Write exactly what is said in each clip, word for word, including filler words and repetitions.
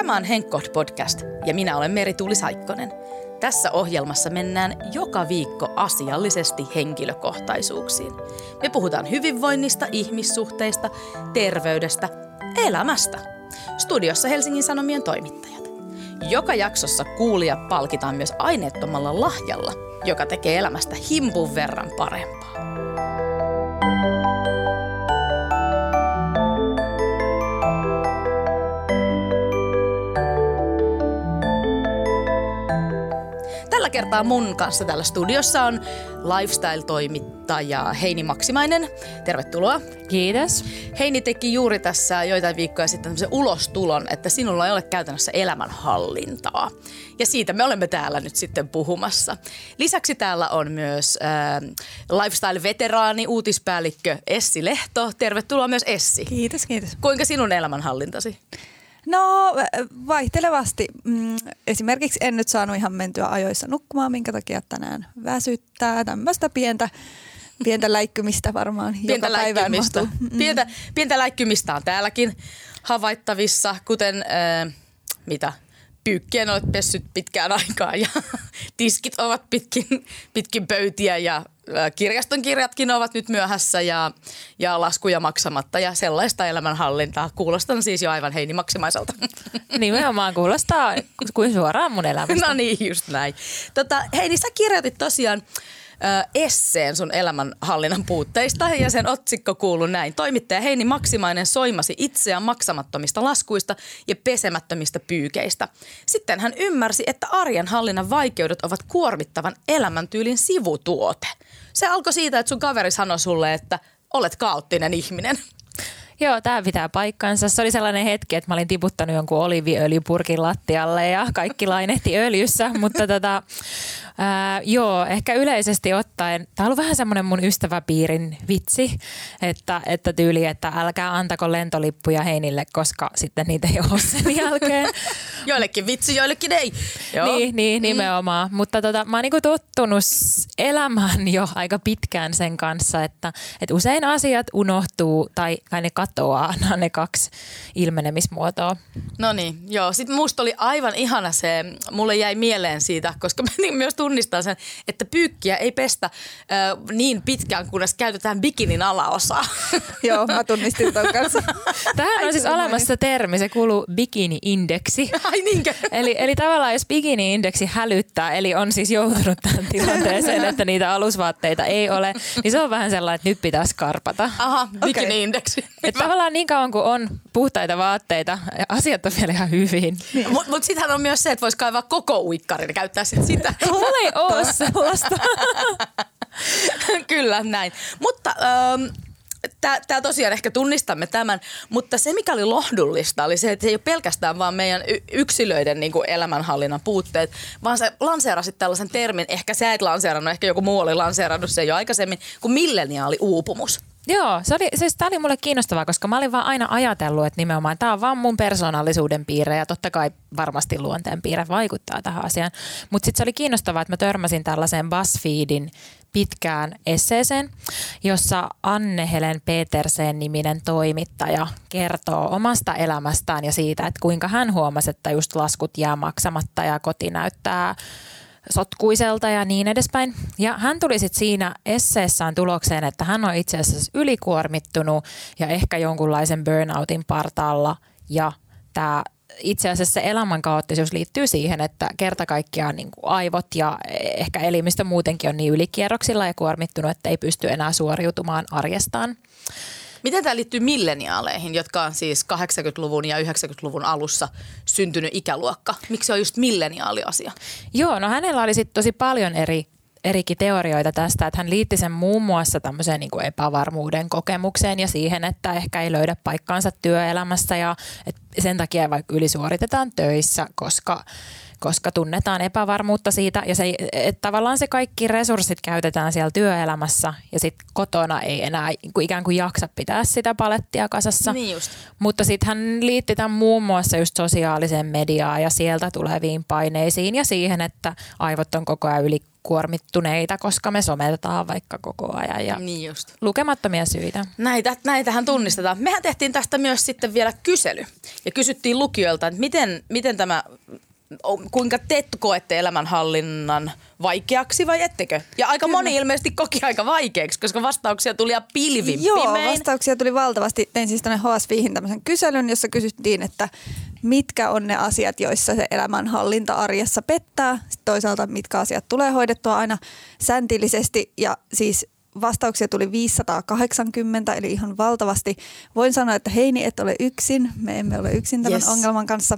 Tämä on Henkkoht-podcast ja minä olen Meri-Tuuli Saikkonen. Tässä ohjelmassa mennään joka viikko asiallisesti henkilökohtaisuuksiin. Me puhutaan hyvinvoinnista, ihmissuhteista, terveydestä, elämästä. Studiossa Helsingin Sanomien toimittajat. Joka jaksossa kuulija palkitaan myös aineettomalla lahjalla, joka tekee elämästä himpun verran parempaa. Tällä kertaa mun kanssa täällä studiossa on lifestyle-toimittaja Heini Maksimainen. Tervetuloa. Kiitos. Heini teki juuri tässä joitain viikkoja sitten tämmöisen ulostulon, että sinulla ei ole käytännössä elämänhallintaa. Ja siitä me olemme täällä nyt sitten puhumassa. Lisäksi täällä on myös äh, lifestyle-veteraani, uutispäällikkö Essi Lehto. Tervetuloa myös Essi. Kiitos, kiitos. Kuinka sinun elämänhallintasi? No vaihtelevasti. Esimerkiksi en nyt saanut ihan mentyä ajoissa nukkumaan, minkä takia tänään väsyttää. Tämmöistä pientä, pientä läikkymistä varmaan pientä joka päivään mahtuu. Mm. Pientä, pientä läikkymistä on täälläkin havaittavissa, kuten äh, mitä pyykkien olet pessyt pitkään aikaa ja tiskit ovat pitkin, pitkin pöytiä ja kirjaston kirjatkin ovat nyt myöhässä ja, ja laskuja maksamatta ja sellaista elämänhallintaa. Kuulostan siis jo aivan Heini Maksimaiselta. Nimenomaan kuulostaa kuin suoraan mun elämästä. No niin, just näin. Tota, Heini, sä kirjoitit tosiaan äh, esseen sun elämänhallinnan puutteista ja sen otsikko kuuluu näin. Toimittaja Heini Maksimainen soimasi itseään maksamattomista laskuista ja pesemättömistä pyykeistä. Sitten hän ymmärsi, että arjen hallinnan vaikeudet ovat kuormittavan elämäntyylin sivutuote. Se alkoi siitä, että sun kaveri sanoi sulle, että olet kaoottinen ihminen. Joo, tämä pitää paikkansa. Se oli sellainen hetki, että mä olin tiputtanut jonkun oliiviöljypurkin lattialle ja kaikki lainehti öljyssä, mutta tota, ää, joo, ehkä yleisesti ottaen, tämä on ollut vähän semmoinen mun ystäväpiirin vitsi, että, että tyyli, että älkää antako lentolippuja Heinille, koska sitten niitä ei ole sen jälkeen. Joillekin vitsi, joillekin ei. Joo. Niin, niin nimenomaan. Mm. Mutta tota, mä oon niinku tottunut elämään jo aika pitkään sen kanssa, että, että usein asiat unohtuu tai kai ne katoaa, ne kaksi ilmenemismuotoa. No niin, joo. Sitten musta oli aivan ihana se, mulle jäi mieleen siitä, koska mä myös tunnistan sen, että pyykkiä ei pestä äh, niin pitkään, kunnes käytetään bikinin alaosaa. Joo, mä tunnistin ton kanssa. Tähän on siis olemassa termi, se kuuluu bikini-indeksi. Ai niinkö? Eli, eli tavallaan jos bikini-indeksi hälyttää, eli on siis joutunut tähän tilanteeseen, että niitä alusvaatteita ei ole, niin se on vähän sellainen, että nyt pitää skarpata. Aha, bikini-indeksi. Että tavallaan niin kauan kuin on puhtaita vaatteita, asiat on vielä ihan hyvin. Niin. Mutta mut sittenhän on myös se, että voisi kaivaa koko uikkarin ja käyttää sit sitä. Mulla ei ole sellaista. Kyllä, näin. Mutta Ähm, Tämä tosiaan ehkä tunnistamme tämän, mutta se mikä oli lohdullista oli se, että se ei ole pelkästään vaan meidän y- yksilöiden niin kuin elämänhallinnan puutteet, vaan sä lanseerasit tällaisen termin, ehkä sä et lanseerannut, ehkä joku muu oli lanseerannut sen jo aikaisemmin, kuin milleniaaliuupumus. Joo, se oli, siis tämä oli mulle kiinnostavaa, koska mä olin vaan aina ajatellut, että nimenomaan tämä on vaan mun persoonallisuuden piirre ja totta kai varmasti luonteen piirre vaikuttaa tähän asiaan. Mutta sitten se oli kiinnostavaa, että mä törmäsin tällaiseen BuzzFeedin pitkään esseeseen, jossa Anne-Helen Petersen-niminen toimittaja kertoo omasta elämästään ja siitä, että kuinka hän huomasi, että just laskut jää maksamatta ja koti näyttää sotkuiselta ja niin edespäin. Ja hän tuli sitten siinä esseessään tulokseen, että hän on itse asiassa ylikuormittunut ja ehkä jonkunlaisen burnoutin partaalla. Ja tämä itse asiassa se elämän kaoottisuus liittyy siihen, että kerta kaikkiaan niin kuin aivot ja ehkä elimistö muutenkin on niin ylikierroksilla ja kuormittunut, että ei pysty enää suoriutumaan arjestaan. Miten tämä liittyy milleniaaleihin, jotka on siis kahdeksankymmentäluvun ja yhdeksänkymmentäluvun alussa syntynyt ikäluokka? Miksi se on just milleniaaliasia? Joo, no hänellä oli sitten tosi paljon eri, erikin teorioita tästä, että hän liitti sen muun muassa tämmöiseen niin kuin epävarmuuden kokemukseen ja siihen, että ehkä ei löydä paikkaansa työelämässä ja että sen takia vaikka ylisuoritetaan töissä, koska koska tunnetaan epävarmuutta siitä ja se, että tavallaan se kaikki resurssit käytetään siellä työelämässä ja sitten kotona ei enää ikään kuin jaksa pitää sitä palettia kasassa. Niin just. Mutta sitten hän liitti tämän muun muassa just sosiaaliseen mediaan ja sieltä tuleviin paineisiin ja siihen, että aivot on koko ajan ylikuormittuneita, koska me sometetaan vaikka koko ajan ja niin just. lukemattomia syitä. Näitä, näitähän tunnistetaan. Mehän tehtiin tästä myös sitten vielä kysely ja kysyttiin lukijoilta, että miten, miten tämä, kuinka te koette elämänhallinnan vaikeaksi vai ettekö? Ja aika Kyllä. moni ilmeisesti koki aika vaikeaksi, koska vastauksia tuli ja pilvin Joo, pimein. vastauksia tuli valtavasti. Tein siis tänne H S V:hin tämmöisen kyselyn, jossa kysyttiin, että mitkä on ne asiat, joissa se elämänhallinta arjessa pettää. Sitten toisaalta mitkä asiat tulee hoidettua aina säntillisesti ja siis vastauksia tuli viisisataakahdeksankymmentä, eli ihan valtavasti. Voin sanoa, että Heini, et ole yksin. Me emme ole yksin tämän yes. ongelman kanssa.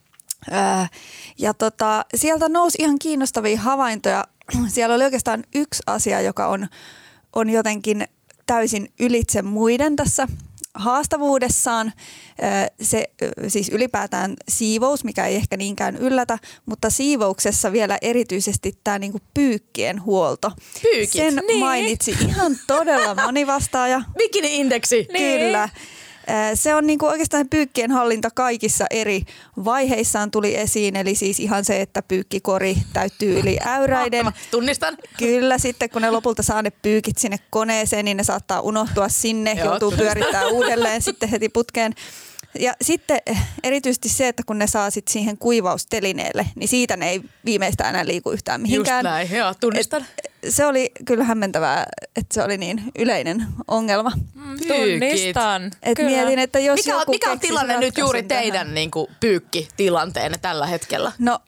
Ää, ja tota, sieltä nousi ihan kiinnostavia havaintoja. Siellä oli oikeastaan yksi asia, joka on, on jotenkin täysin ylitse muiden tässä haastavuudessaan. Se siis ylipäätään siivous, mikä ei ehkä niinkään yllätä, mutta siivouksessa vielä erityisesti tämä niinku pyykkien huolto. Pyykit. Sen niin. mainitsi ihan todella moni vastaaja. Bikini-indeksi. Kyllä. Se on niinku oikeastaan pyykkien hallinta kaikissa eri vaiheissaan tuli esiin, eli siis ihan se, että pyykkikori täyttyy yli äyräiden. Tunnistan. Kyllä, sitten kun ne lopulta saa ne pyykit sinne koneeseen, niin ne saattaa unohtua sinne, Joo, joutuu tunnistan. pyörittämään uudelleen sitten heti putkeen. Ja sitten erityisesti se, että kun ne saa sit siihen kuivaustelineelle, niin siitä ne ei viimeistään enää liiku yhtään mihinkään. Just näin, joo, tunnistan. Et se oli kyllä hämmentävää, että se oli niin yleinen ongelma. Tunnistan. Et mietin, että jos mikä on, joku mikä on tilanne nyt juuri teidän tähän. niin kuin, pyykkitilanteenne tällä hetkellä? No,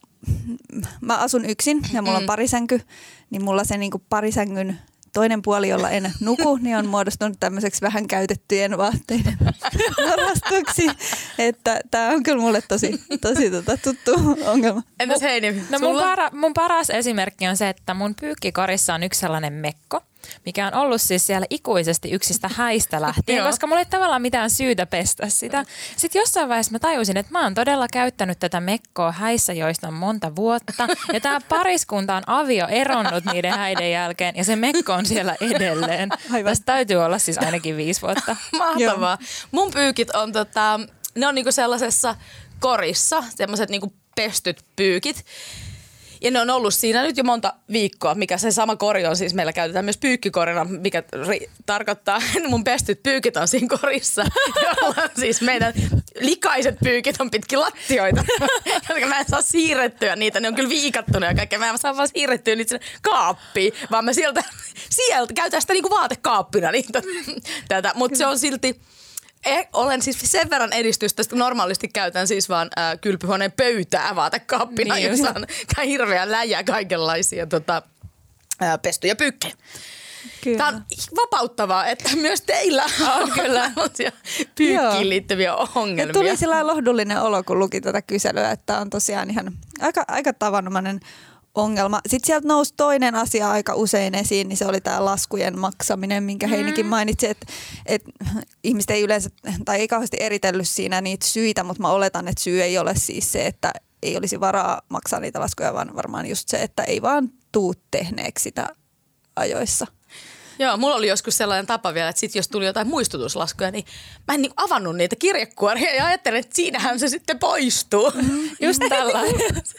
mä asun yksin ja mulla on parisänky, niin mulla se niin kuin parisängyn toinen puoli, jolla en nuku, niin on muodostunut tämmöiseksi vähän käytettyjen vaatteiden varastoksi. Että tää on kyllä mulle tosi, tosi tota, tuttu ongelma. Entäs Heini, No mun, para, mun paras esimerkki on se, että mun pyykkikarissa on yksi sellainen mekko, mikä on ollut siis siellä ikuisesti yksistä häistä lähtien, koska mulla ei tavallaan mitään syytä pestä sitä. Sitten jossain vaiheessa mä tajusin, että mä oon todella käyttänyt tätä mekkoa häissä, joista on monta vuotta. Ja tää pariskunta on avio eronnut niiden häiden jälkeen ja se mekko on siellä edelleen. Aivan. Tästä täytyy olla siis ainakin viisi vuotta. Mahtavaa. Mun pyykit on, tota, ne on niinku sellaisessa korissa, semmoiset niinku pestyt pyykit. Ja ne on ollut siinä nyt jo monta viikkoa, mikä se sama kori on, siis meillä käytetään myös pyykkikorina, mikä ri- tarkoittaa, että mun pestyt pyykit on siinä korissa, jolla siis meidän likaiset pyykit on pitkin lattioita, jotka mä en saa siirrettyä niitä, ne on kyllä viikattuna ja kaikkea, mä en saa vaan siirrettyä niitä sinne kaappiin, vaan mä sieltä, sieltä käytän sitä niinku vaatekaappina niitä, tätä, mutta se on silti... Eh, olen siis sen verran edistystä, että normaalisti käytän siis vaan äh, kylpyhuoneen pöytää vaatekaappina, niin jossa on hirveä läjä kaikenlaisia tota, äh, pestyjä pyykkejä. Tämä on vapauttavaa, että myös teillä on kyllä pyykkiin liittyviä ongelmia. Ja tuli sellainen lohdullinen olo, kun luki tätä kyselyä, että on tosiaan ihan aika, aika tavanomainen ongelma. Sitten sieltä nousi toinen asia aika usein esiin, niin se oli tämä laskujen maksaminen, minkä mm. Heinikin mainitsi, että, että ihmiset ei yleensä, tai ei kauheasti eritellyt siinä niitä syitä, mutta mä oletan, että syy ei ole siis se, että ei olisi varaa maksaa niitä laskuja, vaan varmaan just se, että ei vaan tuu tehneeksi sitä ajoissa. Joo, mulla oli joskus sellainen tapa vielä, että sit jos tuli jotain muistutuslaskuja, niin mä en niin avannut niitä kirjekuoria ja ajattelin, että siinähän se sitten poistuu. Mm, just tällainen.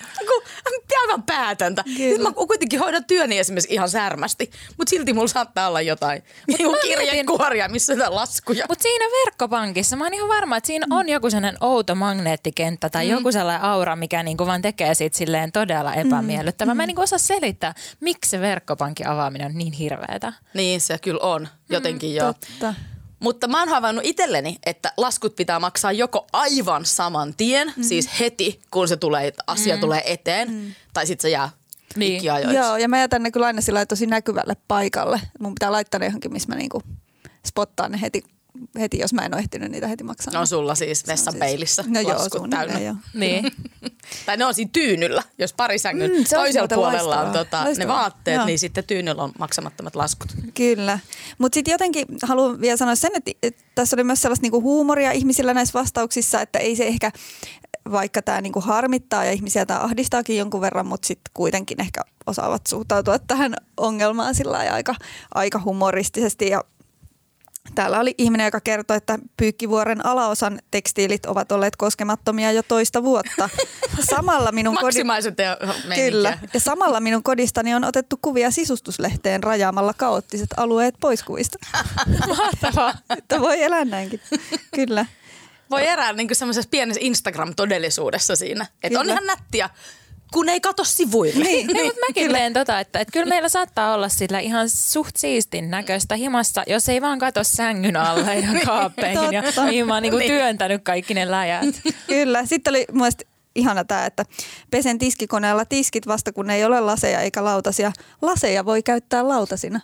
Aivan päätöntä. Sitten mä kuitenkin hoidan työni esimerkiksi ihan särmästi, mutta silti mulla saattaa olla jotain niin kirjekuoria, missä on laskuja. Mutta siinä verkkopankissa mä oon ihan varma, että siinä on joku sellainen outo magneettikenttä tai mm. joku sellainen aura, mikä niinku vaan tekee siitä silleen todella epämiellyttävää. Mm. Mä en niinku osaa selittää, miksi se verkkopankin avaaminen on niin hirveetä. Niin se kyllä on, jotenkin mm, joo. Totta. Mutta mä oon havainnut itselleni, että laskut pitää maksaa joko aivan saman tien, mm. siis heti kun se tulee, asia mm. tulee eteen, mm. tai sitten se jää niin. ikiajoiksi. Joo, ja mä jätän ne kyllä aina sillä tosi näkyvälle paikalle. Mun pitää laittaa ne johonkin, missä mä niinku spottaan ne heti, heti, jos mä en ole ehtinyt niitä heti maksaa. No sulla siis vessan peilissä no laskut täynnä. Jo. Niin. Tai ne on siinä tyynyllä, jos parisängyn mm, toisella puolella loistavaa. on tota, ne vaatteet, joo. niin sitten tyynyllä on maksamattomat laskut. Kyllä, mutta sitten jotenkin haluan vielä sanoa sen, että, että tässä oli myös sellaista niinku huumoria ihmisillä näissä vastauksissa, että ei se ehkä vaikka tämä niinku harmittaa ja ihmisiä tämä ahdistaakin jonkun verran, mutta sitten kuitenkin ehkä osaavat suhtautua tähän ongelmaan sillä lailla aika, aika humoristisesti. Ja täällä oli ihminen, joka kertoi, että Pyykkivuoren alaosan tekstiilit ovat olleet koskemattomia jo toista vuotta. Samalla minun Maksimaiset kodi... Kyllä. Ja samalla minun kodistani on otettu kuvia sisustuslehteen rajaamalla kaoottiset alueet pois kuvista. Mahtavaa. Että voi elää näinkin. Kyllä. Voi elää niin semmoisessa pienessä Instagram-todellisuudessa siinä. Että on ihan nättiä, kun ei kato sivuille. Niin, niin mutta mäkin kyllä. teen tota, että, että kyllä meillä saattaa olla sillä ihan suht siistin näköistä himassa, jos ei vaan kato sängyn alle ja kaappeihin ja mihin mä oon niinku työntänyt kaikki ne läjät. Kyllä. Sitten oli mun mielestä ihana tämä, että pesen tiskikoneella tiskit vasta kun ei ole laseja eikä lautasia. Laseja voi käyttää lautasina.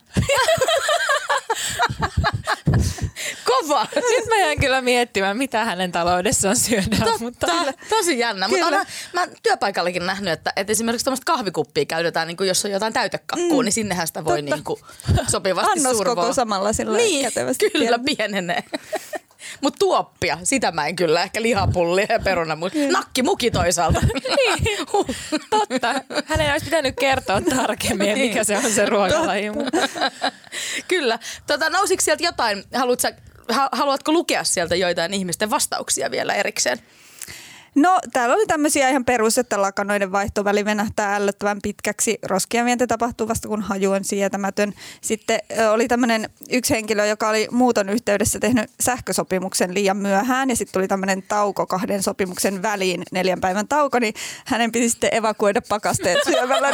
Kova! Nyt mä jään kyllä miettimään, mitä hänen taloudessaan syödään. Totta, mutta tosi jännä. Mutta olen, mä oon työpaikallakin nähnyt, että, että esimerkiksi tämmöistä kahvikuppia käytetään, niin jos on jotain täytekakkua, mm. niin sinnehän sitä voi niin kuin sopivasti Annos survoa. koko samalla sillä niin, kätevästi. Kyllä pienenee. Mutta tuoppia, sitä mä en kyllä, ehkä lihapullia ja peruna, mutta nakkimuki toisaalta. Niin, totta. Hänen olisi pitänyt kertoa tarkemmin, mikä se on se ruokalaji. Kyllä. Tota, nousiko sieltä jotain, haluatko, haluatko lukea sieltä joitain ihmisten vastauksia vielä erikseen? No täällä oli tämmöisiä ihan perus, että lakanoiden vaihtoväli venähtää ällöttävän pitkäksi. Roskien vienti tapahtuu vasta kun haju on sietämätön. Sitten oli tämmöinen yksi henkilö, joka oli muuton yhteydessä tehnyt sähkösopimuksen liian myöhään. Ja sitten tuli tämmöinen tauko kahden sopimuksen väliin, neljän päivän tauko, niin hänen piti sitten evakuoida pakasteet syömällä.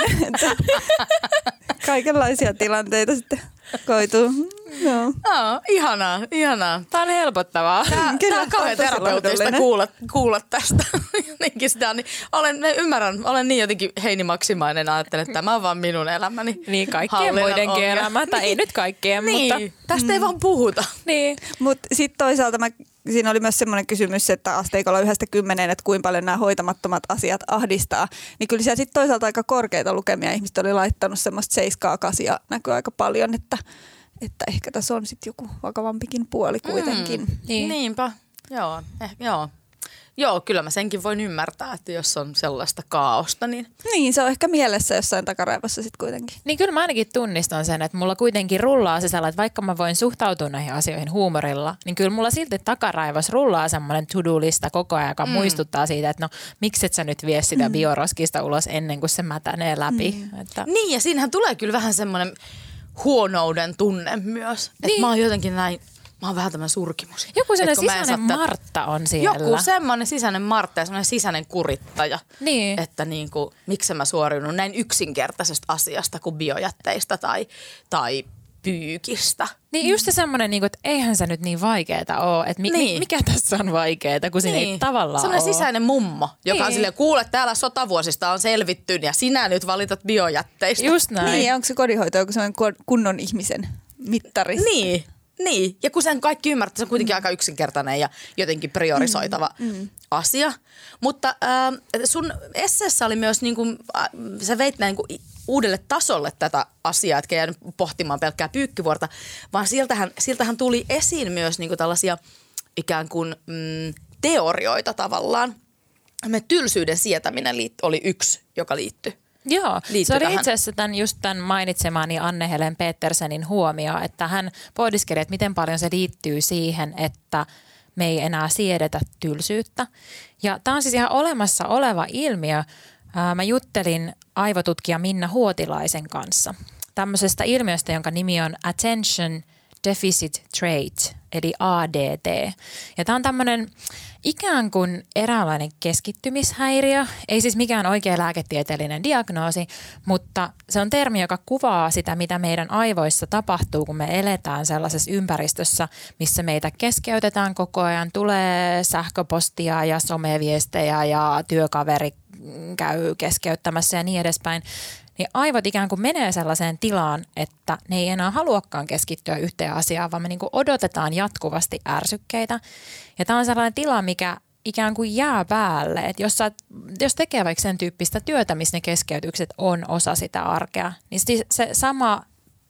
Kaikenlaisia tilanteita sitten koituu. No. Oh, ihanaa, ihanaa. Tämä on helpottavaa. Tämä, Kyllä, tämä on kauhean terapeutista kuulla, kuulla tästä. Jotenkin sitä, niin olen, ymmärrän, olen niin jotenkin Heini Maksimainen, ajattelen, että tämä on vaan minun elämäni. Niin kaikkien muidenkin elämä, tai ei nyt kaikkien, niin, mutta tästä mm. ei vaan puhuta. Niin. Mutta sitten toisaalta mä, siinä oli myös semmoinen kysymys, että asteikolla yhdestä kymmeneen, että kuinka paljon nämä hoitamattomat asiat ahdistaa. Niin kyllä siellä sitten toisaalta aika korkeita lukemia. Ihmiset oli laittanut semmoista seiskaa kasia näkyy aika paljon, että Että ehkä tässä on sitten joku vakavampikin puoli kuitenkin. Mm, niin. Niinpä, joo, eh, joo. Joo, kyllä mä senkin voin ymmärtää, että jos on sellaista kaaosta, niin... Niin, se on ehkä mielessä jossain takaraivossa sitten kuitenkin. Niin kyllä mä ainakin tunnistan sen, että mulla kuitenkin rullaa sisällä, että vaikka mä voin suhtautua näihin asioihin huumorilla, niin kyllä mulla silti takaraivos rullaa semmoinen to-do-lista koko ajan, joka mm. muistuttaa siitä, että no miksi et sä nyt vie sitä mm. bioroskista ulos ennen kuin se mätänee läpi. Mm. Että... Niin, ja siinähän tulee kyllä vähän semmoinen huonouden tunne myös. Että niin. Mä oon jotenkin näin... Mä oon vähän tämmöinen surkimus. Joku sellainen sisäinen Martta on siellä. Joku semmoinen sisäinen Martta ja semmoinen sisäinen kurittaja. Niin. Että niinku, miksi mä suoriudun näin yksinkertaisesta asiasta kuin biojätteistä tai, tai pyykistä. Niin just semmoinen, niinku, että eihän se nyt niin vaikeeta ole. Että mi- niin. mikä tässä on vaikeeta, kun siinä niin. ei tavallaan semmoinen ole. Sisäinen mummo, joka niin. on silleen, kuule täällä sotavuosista on selvitty ja sinä nyt valitat biojätteistä. Just näin. Niin, onko se kodinhoito joku semmoinen kunnon ihmisen mittari? Niin. Niin, ja kun sen kaikki ymmärtää, se on kuitenkin mm. aika yksinkertainen ja jotenkin priorisoitava mm. Mm. asia. Mutta äh, sun esseessä oli myös, niin kuin, äh, sä veit näin kuin uudelle tasolle tätä asiaa, etkä jäänyt pohtimaan pelkkää Pyykkivuorta, vaan siltähän, siltähän tuli esiin myös niin kuin tällaisia ikään kuin mm, teorioita tavallaan. Me tylsyyden sietäminen liit- oli yksi, joka liittyi. Joo, se oli itse asiassa tämän, just tämän mainitsemani Anne-Helen Petersenin huomio, että hän pohdiskeli, että miten paljon se liittyy siihen, että me ei enää siedetä tylsyyttä. Ja tämä on siis ihan olemassa oleva ilmiö. Mä juttelin aivotutkija Minna Huotilaisen kanssa tämmöisestä ilmiöstä, jonka nimi on Attention Deficit Trait, eli A D T. Ja tämä on tämmöinen ikään kuin eräänlainen keskittymishäiriö, ei siis mikään oikea lääketieteellinen diagnoosi, mutta se on termi, joka kuvaa sitä, mitä meidän aivoissa tapahtuu, kun me eletään sellaisessa ympäristössä, missä meitä keskeytetään koko ajan, tulee sähköpostia ja someviestejä ja työkaveri käy keskeyttämässä ja niin edespäin. Niin aivot ikään kuin menee sellaiseen tilaan, että ne ei enää haluakaan keskittyä yhteen asiaan, vaan me niin kuin odotetaan jatkuvasti ärsykkeitä. Ja tämä on sellainen tila, mikä ikään kuin jää päälle. Että jos, sä, jos tekee vaikka sen tyyppistä työtä, missä ne keskeytykset on osa sitä arkea, niin se sama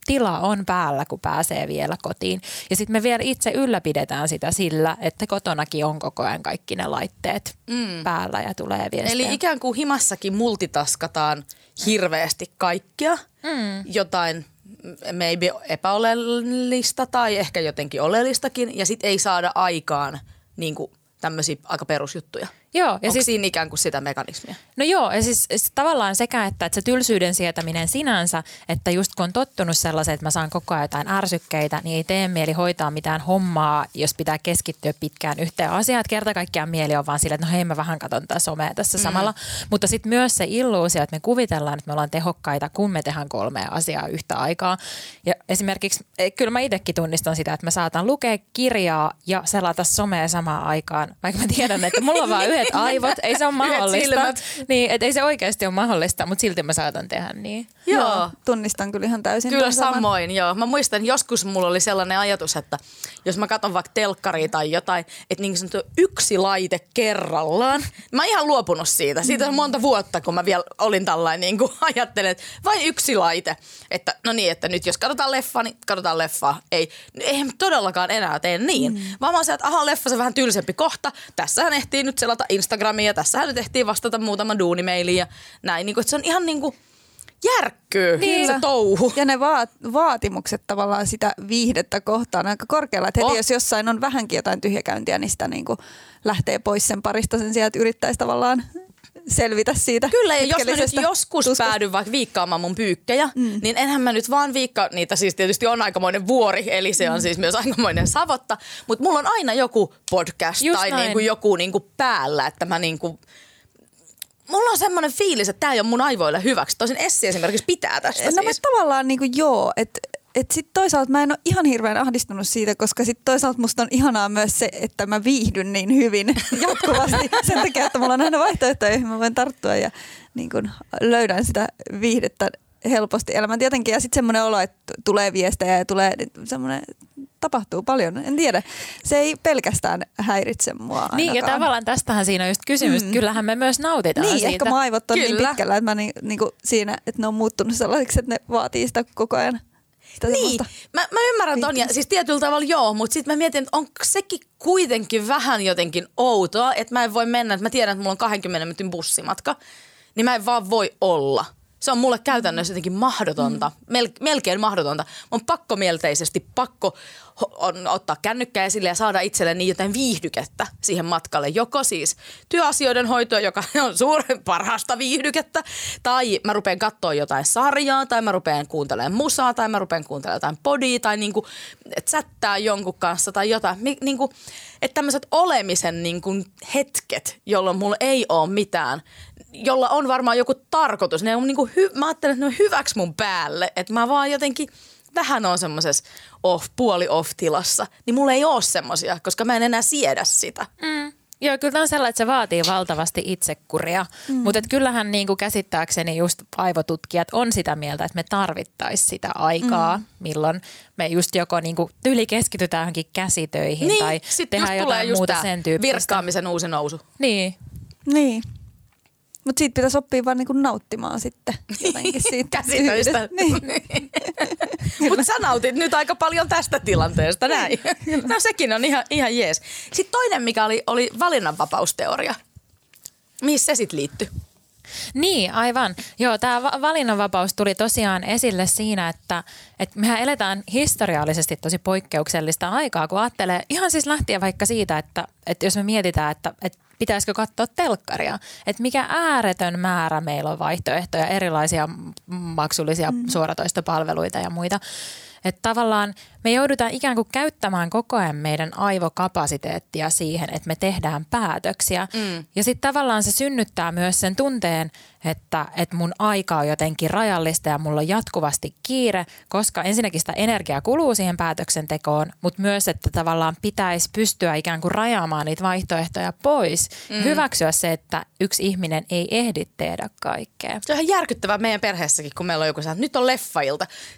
tila on päällä, kun pääsee vielä kotiin. Ja sitten me vielä itse ylläpidetään sitä sillä, että kotonakin on koko ajan kaikki ne laitteet mm. päällä ja tulee viestejä. Eli ikään kuin himassakin multitaskataan hirveästi kaikkea, mm. jotain maybe epäoleellista tai ehkä jotenkin oleellistakin, ja sitten ei saada aikaan niin kuin tämmöisiä aika perusjuttuja. Joo, ja onko siis, siinä ikään kuin sitä mekanismia? No joo, ja siis, siis tavallaan sekä, että, että se tylsyyden sietäminen sinänsä, että just kun on tottunut sellaiseen, että mä saan koko ajan jotain ärsykkeitä, niin ei tee mieli hoitaa mitään hommaa, jos pitää keskittyä pitkään yhteen asiaan. Että kerta kaikkiaan mieli on vaan sillä, että no hei, mä vähän katson tätä somea tässä mm. samalla. Mutta sitten myös se illuusio, että me kuvitellaan, että me ollaan tehokkaita, kun me tehdään kolmea asiaa yhtä aikaa. Ja esimerkiksi, kyllä mä itsekin tunnistan sitä, että mä saatan lukea kirjaa ja selata somea samaan aikaan, vaikka mä tiedän, että mulla on vaan yhdet aivot, ei se ole mahdollista. Niin, et ei se oikeasti ole mahdollista, mutta silti mä saatan tehdä niin. Joo. joo tunnistan kyllä ihan täysin. Kyllä samoin, joo. Mä muistan, joskus mulla oli sellainen ajatus, että jos mä katson vaikka telkkaria tai jotain, että niin sanottu yksi laite kerrallaan. Mä oon ihan luopunut siitä. Siitä on monta vuotta, kun mä vielä olin tällainen, niin kuin ajattelen, että vain yksi laite. Että no niin, että nyt jos katsotaan leffaa, niin katsotaan leffaa. Ei, eihän todellakaan enää tee niin. Mm. Vaan mä oon se, että aha, leffa se vähän tylsempi kohta. Tässähän ehtii nyt selata Instagramia, tässähän nyt ehtii vastata muutama duunimeiliin ja näin. Niin kuin, että se on ihan niin kuin järkkyy niin. se touhu. Ja ne vaat- vaatimukset tavallaan sitä viihdettä kohtaan aika korkealla. Että heti oh. jos jossain on vähänkin jotain tyhjäkäyntiä, niin sitä niin kuin lähtee pois sen parista sen sijaan, että yrittäisi tavallaan selvitä siitä. Kyllä, ja jos mä nyt joskus tuskasta. päädyn vaikka viikkaamaan mun pyykkejä, mm. niin enhän mä nyt vaan viikkaa niitä. Siis tietysti on aikamoinen vuori, eli se on mm. siis myös aikamoinen savotta. Mutta mulla on aina joku podcast Just tai niinku joku niinku päällä, että mä niinku mulla on semmoinen fiilis, että tää ei ole mun aivoille hyväksi. Tosin Essi esimerkiksi pitää tästä no siis. No tavallaan niinku joo, että et sit toisaalta mä en ole ihan hirveän ahdistunut siitä, koska sit toisaalta musta on ihanaa myös se, että mä viihdyn niin hyvin jatkuvasti sen takia, että mulla on aina vaihtoehtoja, joihin mä voin tarttua ja niin kun löydän sitä viihdettä helposti elämän tietenkin. Ja sitten semmoinen olo, että tulee viestejä ja tulee semmoinen, tapahtuu paljon. En tiedä. Se ei pelkästään häiritse mua ainakaan. Niin ja tavallaan tästähän siinä on just kysymys. Mm. Kyllähän me myös nautitaan niin, siitä. Niin, ehkä mun aivot on Kyllä. niin pitkällä, että mä ni, niinku siinä, että ne on muuttunut sellaisiksi, että ne vaatii sitä koko ajan. Sitä niin, mä, mä ymmärrän ton ja siis tietyllä tavalla joo, mutta sitten mä mietin, että onko sekin kuitenkin vähän jotenkin outoa, että mä en voi mennä, että mä tiedän, että mulla on kaksikymmentä minuutin bussimatka, niin mä en vaan voi olla. Se on mulle käytännössä jotenkin mahdotonta, mm. Mel- melkein mahdotonta. On pakkomielteisesti pakko on, ottaa kännykkä esille ja saada itselle niin jotain viihdykettä siihen matkalle. Joko siis työasioiden hoitoa, joka on suuren parhaasta viihdykettä, tai mä rupean katsoa jotain sarjaa, tai mä rupean kuuntelemaan musaa, tai mä rupean kuuntelemaan jotain podia, tai niinku, että sättää jonkun kanssa tai jotain. Niinku, että tämmöiset olemisen niinku hetket, jolloin mulla ei ole mitään, jolla on varmaan joku tarkoitus. Ne on niinku hy- mä ajattelen, että ne on hyväksi mun päälle, että mä vaan jotenkin vähän on semmoisessa off, puoli off-tilassa, niin mulla ei ole semmoisia, koska mä en enää siedä sitä. Mm. Joo, kyllä on sellainen, että se vaatii valtavasti itsekuria, mm. mutta kyllähän niin kuin käsittääkseni just aivotutkijat on sitä mieltä, että me tarvittaisiin sitä aikaa, mm. milloin me just joko niin kuin tyyli keskitytään johonkin käsitöihin niin, tai tehdään jotain muuta sen tyyppistä. Virkkaamisen uusi nousu. Niin. Niin. Mutta siitä pitäisi oppia vaan niinku nauttimaan sitten jotenkin siitä käsitöistä. Niin. Mutta sä nautit nyt aika paljon tästä tilanteesta, näin. No sekin on ihan, ihan jees. Sitten toinen, mikä oli, oli valinnanvapausteoria. Mihin se sitten liittyy? Niin, aivan. Joo, tämä valinnanvapaus tuli tosiaan esille siinä, että, että mehän eletään historiallisesti tosi poikkeuksellista aikaa, kun ajattelee ihan siis lähtien vaikka siitä, että, että jos me mietitään, että, että pitäisikö katsoa telkkaria, että mikä ääretön määrä meillä on vaihtoehtoja, erilaisia maksullisia mm. suoratoistopalveluita ja muita. Että tavallaan me joudutaan ikään kuin käyttämään koko ajan meidän aivokapasiteettia siihen, että me tehdään päätöksiä. Mm. Ja sitten tavallaan se synnyttää myös sen tunteen, että, että mun aika on jotenkin rajallista ja mulla on jatkuvasti kiire, koska ensinnäkin sitä energiaa kuluu siihen päätöksentekoon, mutta myös, että tavallaan pitäisi pystyä ikään kuin rajaamaan niitä vaihtoehtoja pois. Mm. Hyväksyä se, että yksi ihminen ei ehdi tehdä kaikkea. Se on ihan järkyttävää meidän perheessäkin, kun meillä on joku sanoo, että nyt on leffailta. Se on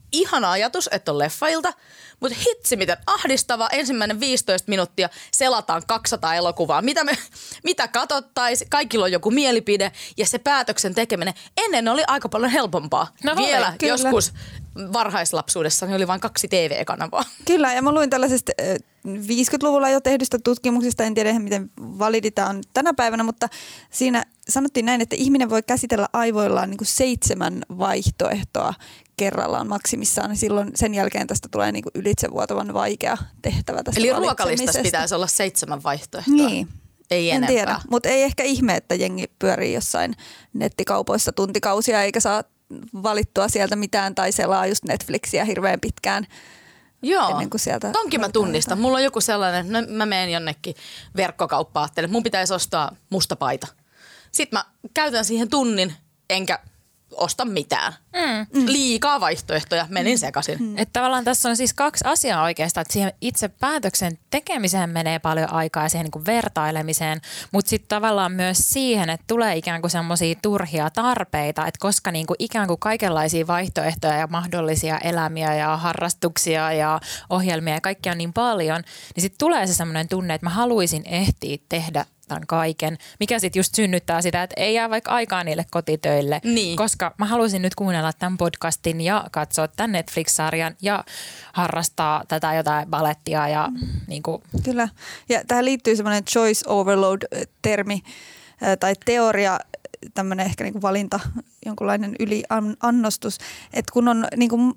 ihana ajatus, että on leffailta, mutta hitsi miten ahdistava. Ensimmäinen viisitoista minuuttia selataan kaksisataa elokuvaa. Mitä, me, mitä katsottaisiin, kaikilla on joku mielipide ja se päätöksen tekeminen. Ennen oli aika paljon helpompaa. No, Vielä kyllä. joskus varhaislapsuudessa niin oli vain kaksi T V-kanavaa. Kyllä, ja mä luin tällaisesta viisikymmentäluvulla jo tehdystä tutkimuksista, en tiedä miten validita on tänä päivänä, mutta siinä sanottiin näin, että ihminen voi käsitellä aivoillaan niin kuin seitsemän vaihtoehtoa kerrallaan maksimissaan. Silloin sen jälkeen tästä tulee niin kuin ylitsevuotavan vaikea tehtävä tästä Eli ruokalistassa pitäisi olla seitsemän vaihtoehtoa. Niin. Ei en enempää. tiedä, mutta ei ehkä ihme, että jengi pyörii jossain nettikaupoissa tuntikausia eikä saa valittua sieltä mitään tai selaa just Netflixiä hirveän pitkään. Joo, ennen kuin sieltä tonkin mä tunnistan. Jotain. Mulla on joku sellainen, no mä menen jonnekin verkkokauppaan, ajattelen, mun pitäisi ostaa musta paita. Sitten mä käytän siihen tunnin, enkä osta mitään. Mm. Liikaa vaihtoehtoja, menin mm. sekaisin. Mm. Että tavallaan tässä on siis kaksi asiaa oikeastaan, että siihen itse päätöksen tekemiseen menee paljon aikaa ja siihen niin kuin vertailemiseen, mutta sitten tavallaan myös siihen, että tulee ikään kuin semmoisia turhia tarpeita, että koska niin kuin ikään kuin kaikenlaisia vaihtoehtoja ja mahdollisia elämiä ja harrastuksia ja ohjelmia ja kaikkia on niin paljon, niin sitten tulee se semmoinen tunne, että mä haluaisin ehtiä tehdä tämän kaiken, mikä sitten just synnyttää sitä, että ei jää vaikka aikaa niille kotitöille, niin. koska mä haluaisin nyt kuunnella tämän podcastin ja katsoa tämän Netflix-sarjan ja harrastaa tätä jotain balettia ja mm. niin kuin. Kyllä, ja tähän liittyy semmoinen choice overload-termi tai teoria, tämmöinen ehkä niin kuin valinta, jonkunlainen yliannostus, että kun on niin kuin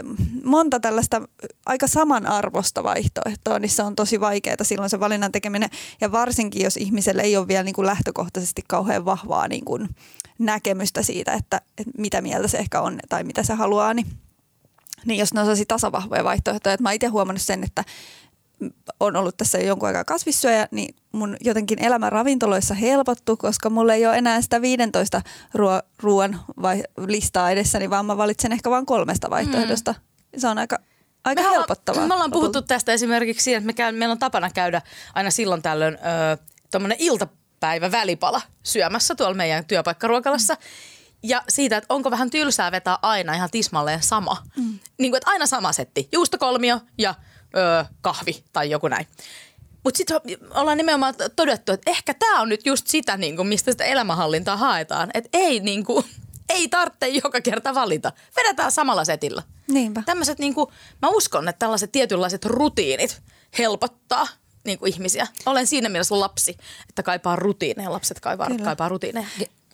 monta tällaista aika samanarvoista vaihtoehtoa, niin se on tosi vaikeaa silloin se valinnan tekeminen. Ja varsinkin, jos ihmisellä ei ole vielä niin kuin lähtökohtaisesti kauhean vahvaa niin kuin näkemystä siitä, että, että mitä mieltä se ehkä on tai mitä se haluaa, niin, niin jos ne on sellaisia tasavahvoja vaihtoehtoja, että mä oon itse huomannut sen, että on ollut tässä jonkun aikaa kasvissyöjä, niin mun jotenkin elämä ravintoloissa helpottu, koska mulla ei ole enää sitä viidentoista ruo- ruoan vai- listaa edessäni, vaan mä valitsen ehkä vain kolmesta vaihtoehdosta. Mm. Se on aika, aika me helpottavaa. Ollaan, me ollaan puhuttu tästä esimerkiksi siinä, että me käyn, meillä on tapana käydä aina silloin tällöin öö, tuommoinen iltapäivä välipala syömässä tuolla meidän työpaikkaruokalassa. Mm. Ja siitä, että onko vähän tylsää vetää aina ihan tismalleen sama. Mm. Niin kuin, että aina sama setti. Juustokolmio ja Öö, kahvi tai joku näin. Mutta sitten ollaan nimenomaan todettu, että ehkä tämä on nyt just sitä, niinku, mistä sitä elämänhallintaa haetaan. Että ei, niinku, ei tarvitse joka kerta valita. Vedetään samalla setillä. Niinpä. Tämmöiset, niinku, mä uskon, että tällaiset tietynlaiset rutiinit helpottaa niinku, ihmisiä. Olen siinä mielessä lapsi, että kaipaa rutiineja. Lapset kaipaa, kaipaa rutiineja.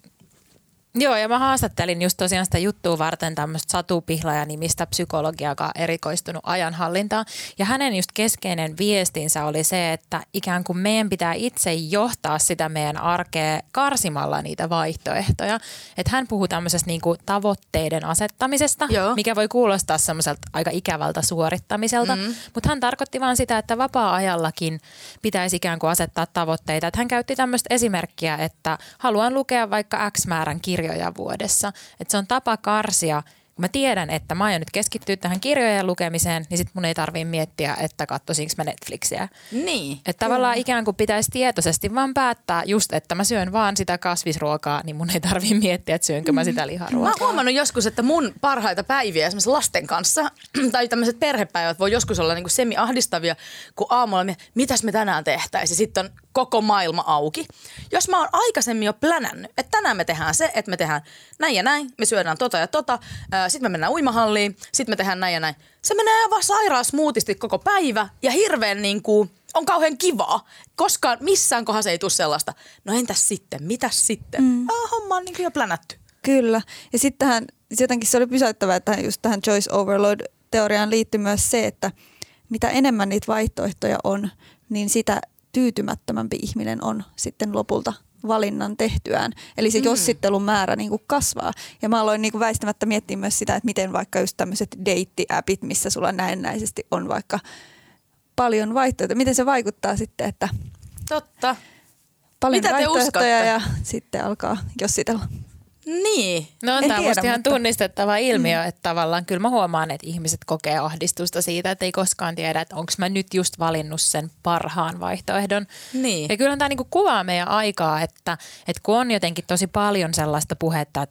Joo, ja mä haastattelin just tosiaan sitä juttua varten tämmöistä Satu Pihlaja-nimistä psykologiaa, joka on erikoistunut ajanhallintaan. Ja hänen just keskeinen viestinsä oli se, että ikään kuin meidän pitää itse johtaa sitä meidän arkea karsimalla niitä vaihtoehtoja. Että hän puhuu tämmöisestä niinku tavoitteiden asettamisesta, Joo. mikä voi kuulostaa semmoiselta aika ikävältä suorittamiselta. Mm-hmm. Mutta hän tarkoitti vaan sitä, että vapaa-ajallakin pitäisi ikään kuin asettaa tavoitteita. Että hän käytti tämmöistä esimerkkiä, että haluan lukea vaikka X määrän kirjoja vuodessa. Että se on tapa karsia. Kun mä tiedän, että mä aion nyt keskittyä tähän kirjojen lukemiseen, niin sit mun ei tarvii miettiä, että katsoisinko mä Netflixiä. Niin. Että tavallaan ikään kuin pitäisi tietoisesti vaan päättää just, että mä syön vaan sitä kasvisruokaa, niin mun ei tarvii miettiä, että syönkö mä sitä liharuokaa. Mä oon huomannut joskus, että mun parhaita päiviä esimerkiksi lasten kanssa tai tämmöiset perhepäivät voi joskus olla niinku semi-ahdistavia, kun aamulla me, mitäs me tänään tehtäisiin. Sitten on koko maailma auki. Jos mä oon aikaisemmin jo plänännyt, että tänään me tehdään se, että me tehdään näin ja näin, me syödään tota ja tota, sitten me mennään uimahalliin, sitten me tehdään näin ja näin. Se menee aivan sairaan smoothisti koko päivä ja hirveän niin kuin, on kauhean kivaa. Koskaan missään kohdassa ei tule sellaista, no entäs sitten, mitäs sitten? Mm. Ah, homma on niin kuin jo plänätty. Kyllä. Ja sittenhän jotenkin se oli pysäyttävää, että just tähän choice overload-teoriaan liittyy myös se, että mitä enemmän niitä vaihtoehtoja on, niin sitä tyytymättömämpi ihminen on sitten lopulta valinnan tehtyään. Eli se mm. jossittelun määrä niin kuin kasvaa. Ja mä aloin niin kuin väistämättä miettiä myös sitä, että miten vaikka just tämmöiset deitti-appit, missä sulla näennäisesti on vaikka paljon vaihtoehtoja. Miten se vaikuttaa sitten, että Totta. paljon Mitä vaihtoehtoja ja sitten alkaa jossitella. Niin. No on En tämä tiedä, musta ihan mutta tunnistettava ilmiö, mm. että tavallaan kyllä mä huomaan, että ihmiset kokee ahdistusta siitä, että ei koskaan tiedä, että onko mä nyt just valinnut sen parhaan vaihtoehdon. Niin. Ja kyllä tämä niinku kuvaa meidän aikaa, että, että kun on jotenkin tosi paljon sellaista puhetta, että ole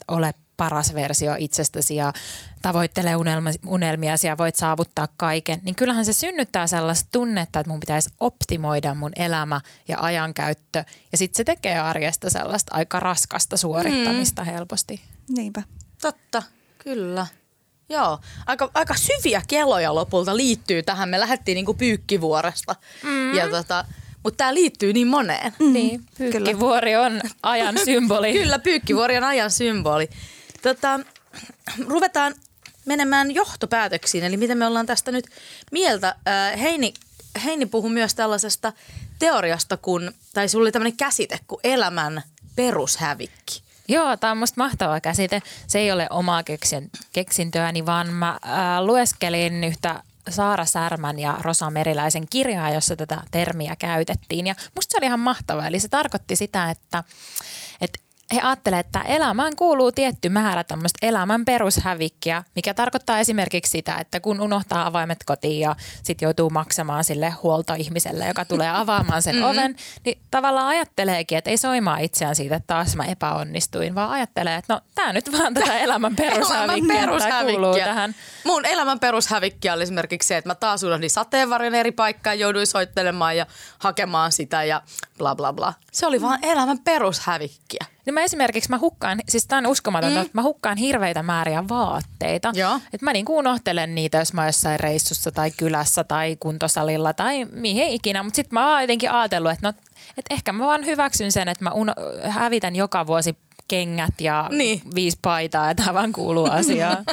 paras versio itsestäsi ja tavoittelee unelmiasi ja voit saavuttaa kaiken, niin kyllähän se synnyttää sellaista tunnetta, että mun pitäisi optimoida mun elämä ja ajankäyttö. Ja sitten se tekee arjesta sellaista aika raskasta suorittamista mm. helposti. Niinpä. Totta, kyllä. Joo, aika, aika syviä keloja lopulta liittyy tähän. Me lähdettiin niinku Pyykkivuoresta, mm. ja tota, mutta tämä liittyy niin moneen. Mm. Niin, Pyykkivuori on ajan symboli. Kyllä, Pyykkivuori on ajan symboli. Tota, ruvetaan menemään johtopäätöksiin, eli mitä me ollaan tästä nyt mieltä. Heini, Heini puhui myös tällaisesta teoriasta, kun, tai sulla oli tämmöinen käsite kuin elämän perushävikki. Joo, tämä on musta mahtava käsite. Se ei ole omaa keksin, keksintöäni, vaan mä ää, lueskelin yhtä Saara Särmän ja Rosa Meriläisen kirjaa, jossa tätä termiä käytettiin. Ja musta se oli ihan mahtava. Eli se tarkoitti sitä, että, että he ajattelevat, että elämään kuuluu tietty määrä tämmöistä elämän perushävikkiä, mikä tarkoittaa esimerkiksi sitä, että kun unohtaa avaimet kotiin ja sitten joutuu maksamaan sille huoltoihmiselle, joka tulee avaamaan sen mm-hmm. oven, niin tavallaan ajatteleekin, että ei soimaa itseään siitä, että taas mä epäonnistuin, vaan ajattelee, että no tää nyt vaan tätä elämän perushävikkiä, tämä kuuluu tähän. Mun elämän perushävikkiä oli esimerkiksi se, että mä taas unohdin sateenvarjon eri paikkaan, jouduin soittelemaan ja hakemaan sitä ja bla bla bla. Se oli vaan elämän perushävikkiä. Niin mä esimerkiksi mä hukkaan, siis tää on uskomatonta, mm. että mä hukkaan hirveitä määriä vaatteita. Että mä niin kuin unohtelen niitä, jos mä oon jossain reissussa tai kylässä tai kuntosalilla tai mihin ikinä. Mutta sitten mä oon jotenkin ajatellut, että no, että ehkä mä vaan hyväksyn sen, että mä uno- hävitän joka vuosi kengät ja niin. viisi paitaa ja tää vaan kuuluu asiaan.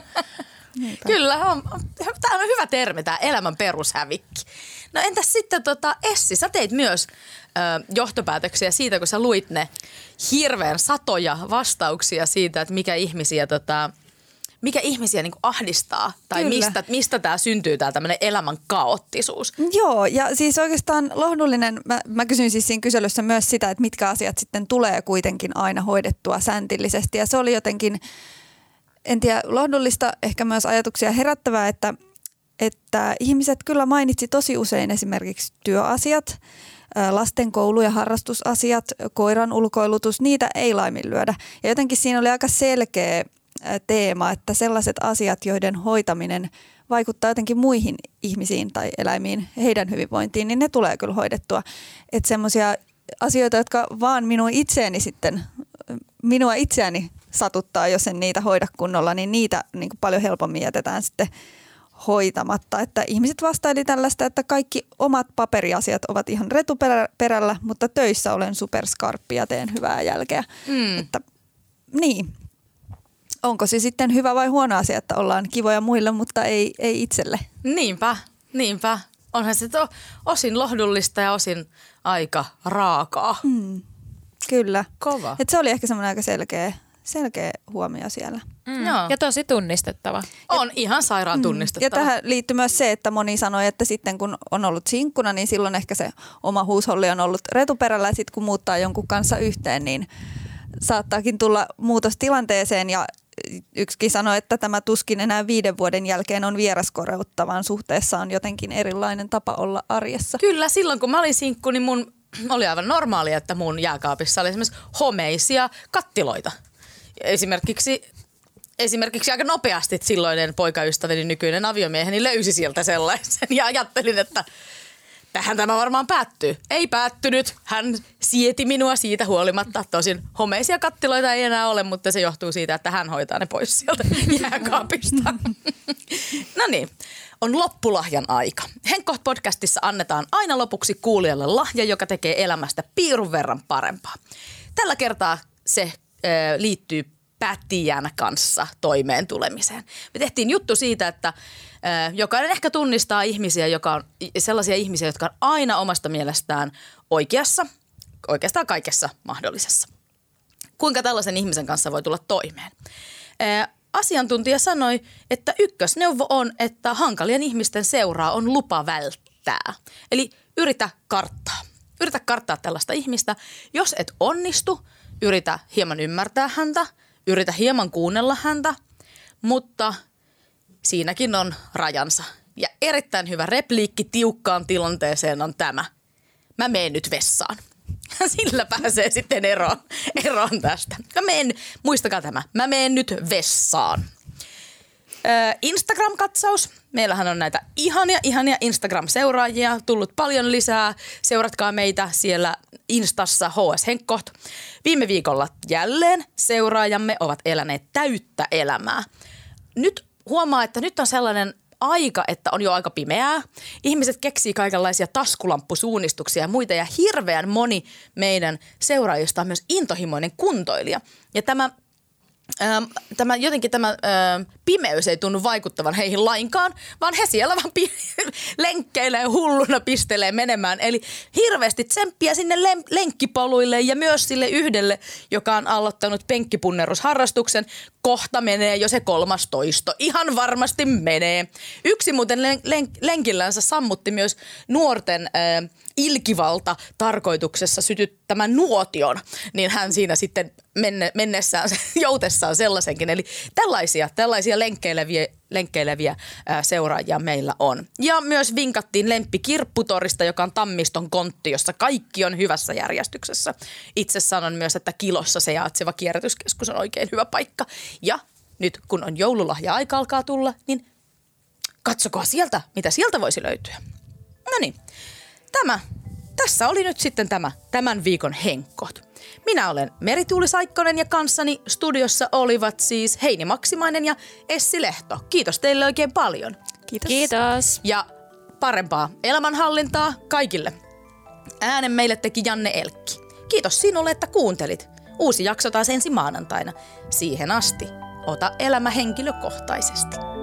Kyllä, on, tämä on hyvä termi, tämä elämän perushävikki. No entäs sitten tota, Essi, sä teit myös ö, johtopäätöksiä siitä, kun sä luit ne hirveän satoja vastauksia siitä, että mikä ihmisiä, tota, mikä ihmisiä niin kuin ahdistaa tai Kyllä. mistä, mistä tämä syntyy, tämä tämmöinen elämän kaoottisuus. Joo, ja siis oikeastaan lohdullinen, mä, mä kysyin siis siinä kyselyssä myös sitä, että mitkä asiat sitten tulee kuitenkin aina hoidettua säntillisesti ja se oli jotenkin... En tiedä, lohdullista, ehkä myös ajatuksia herättävää, että, että ihmiset kyllä mainitsi tosi usein esimerkiksi työasiat, lasten koulu- ja harrastusasiat, koiran ulkoilutus, niitä ei laiminlyödä. Ja jotenkin siinä oli aika selkeä teema, että sellaiset asiat, joiden hoitaminen vaikuttaa jotenkin muihin ihmisiin tai eläimiin, heidän hyvinvointiin, niin ne tulee kyllä hoidettua. Että semmoisia asioita, jotka vaan minua itseäni sitten, minua itseäni satuttaa, jos en niitä hoida kunnolla, niin niitä niin kuin paljon helpommin jätetään sitten hoitamatta. Että ihmiset vastaili tällaista, että kaikki omat paperiasiat ovat ihan retuperällä, mutta töissä olen superskarppi ja teen hyvää jälkeä. Mm. Että, niin. Onko se sitten hyvä vai huono asia, että ollaan kivoja muille, mutta ei, ei itselle? Niinpä, niinpä. Onhan se to, osin lohdullista ja osin aika raakaa. Mm. Kyllä. Kova. Et se oli ehkä semmoinen aika selkeä, selkeä huomio siellä. Mm. Ja tosi tunnistettava. On ihan sairaan tunnistettava. Ja tähän liittyy myös se, että moni sanoi, että sitten kun on ollut sinkkuna, niin silloin ehkä se oma huusholli on ollut retuperällä ja sitten kun muuttaa jonkun kanssa yhteen, niin saattaakin tulla muutos tilanteeseen ja yksikin sanoi, että tämä tuskin enää viiden vuoden jälkeen on vieraskoreutta, vaan suhteessa on jotenkin erilainen tapa olla arjessa. Kyllä, silloin kun mä olin sinkku, niin mun oli aivan normaalia, että mun jääkaapissa oli esimerkiksi homeisia kattiloita. Esimerkiksi, esimerkiksi aika nopeasti silloinen poikaystäväni, nykyinen aviomieheni, löysi sieltä sellaisen ja ajattelin, että tähän tämä varmaan päättyy. Ei päättynyt. Hän sieti minua siitä huolimatta. Tosin homeisia kattiloita ei enää ole, mutta se johtuu siitä, että hän hoitaa ne pois sieltä jääkaapista. No niin, on loppulahjan aika. Henkkoht-podcastissa annetaan aina lopuksi kuulijalle lahja, joka tekee elämästä piirun verran parempaa. Tällä kertaa se äh, liittyy pätijän kanssa toimeen tulemiseen. Me tehtiin juttu siitä, että äh, jokainen ehkä tunnistaa ihmisiä, joka on sellaisia ihmisiä, jotka on aina omasta mielestään oikeassa, oikeastaan kaikessa mahdollisessa. Kuinka tällaisen ihmisen kanssa voi tulla toimeen? Äh, asiantuntija sanoi, että ykkösneuvo on, että hankalien ihmisten seuraa on lupa välttää. Eli yritä karttaa. Yritä karttaa tällaista ihmistä. Jos et onnistu, yritä hieman ymmärtää häntä. Yritä hieman kuunnella häntä, mutta siinäkin on rajansa. Ja erittäin hyvä repliikki tiukkaan tilanteeseen on tämä. Mä meen nyt vessaan. sillä pääsee sitten eroon, eroon tästä. Mä menen, muistakaa tämä, mä menen nyt vessaan. Instagram-katsaus. Meillähän on näitä ihania, ihania Instagram-seuraajia tullut paljon lisää. Seuratkaa meitä siellä Instassa H S Henkkoht. Viime viikolla jälleen seuraajamme ovat eläneet täyttä elämää. Nyt huomaa, että nyt on sellainen aika, että on jo aika pimeää. Ihmiset keksii kaikenlaisia taskulamppusuunnistuksia ja muita ja hirveän moni meidän seuraajista on myös intohimoinen kuntoilija. Ja tämä Ähm, tämä, jotenkin tämä ähm, pimeys ei tunnu vaikuttavan heihin lainkaan, vaan he siellä vaan pi- lenkkeilee hulluna, pistelee menemään. Eli hirveästi tsemppiä sinne lem- lenkkipoluille ja myös sille yhdelle, joka on aloittanut penkkipunnerusharrastuksen. Kohta menee jo se kolmas toisto. Ihan varmasti menee. Yksi muuten len- len- lenkillänsä sammutti myös nuorten äh, ilkivalta tarkoituksessa sytyttämään nuotion, niin hän siinä sitten menne, mennessään, joutessaan sellaisenkin. Eli tällaisia, tällaisia lenkkeileviä, lenkkeileviä ää, seuraajia meillä on. Ja myös vinkattiin lemppikirpputorista, joka on Tammiston kontti, jossa kaikki on hyvässä järjestyksessä. Itse sanon myös, että Kilossa se jaetseva kierrätyskeskus on oikein hyvä paikka. Ja nyt kun on joululahja aika alkaa tulla, niin katsokaa sieltä, mitä sieltä voisi löytyä. No niin. Tämä, tässä oli nyt sitten tämä tämän viikon Henkkoht. Minä olen Merituuli Saikkonen ja kanssani studiossa olivat siis Heini Maksimainen ja Essi Lehto. Kiitos teille oikein paljon. Kiitos. Kiitos. Ja parempaa elämänhallintaa kaikille. Äänen meille teki Janne Elkki. Kiitos sinulle, että kuuntelit. Uusi jakso taas ensi maanantaina. Siihen asti, ota elämä henkilökohtaisesti.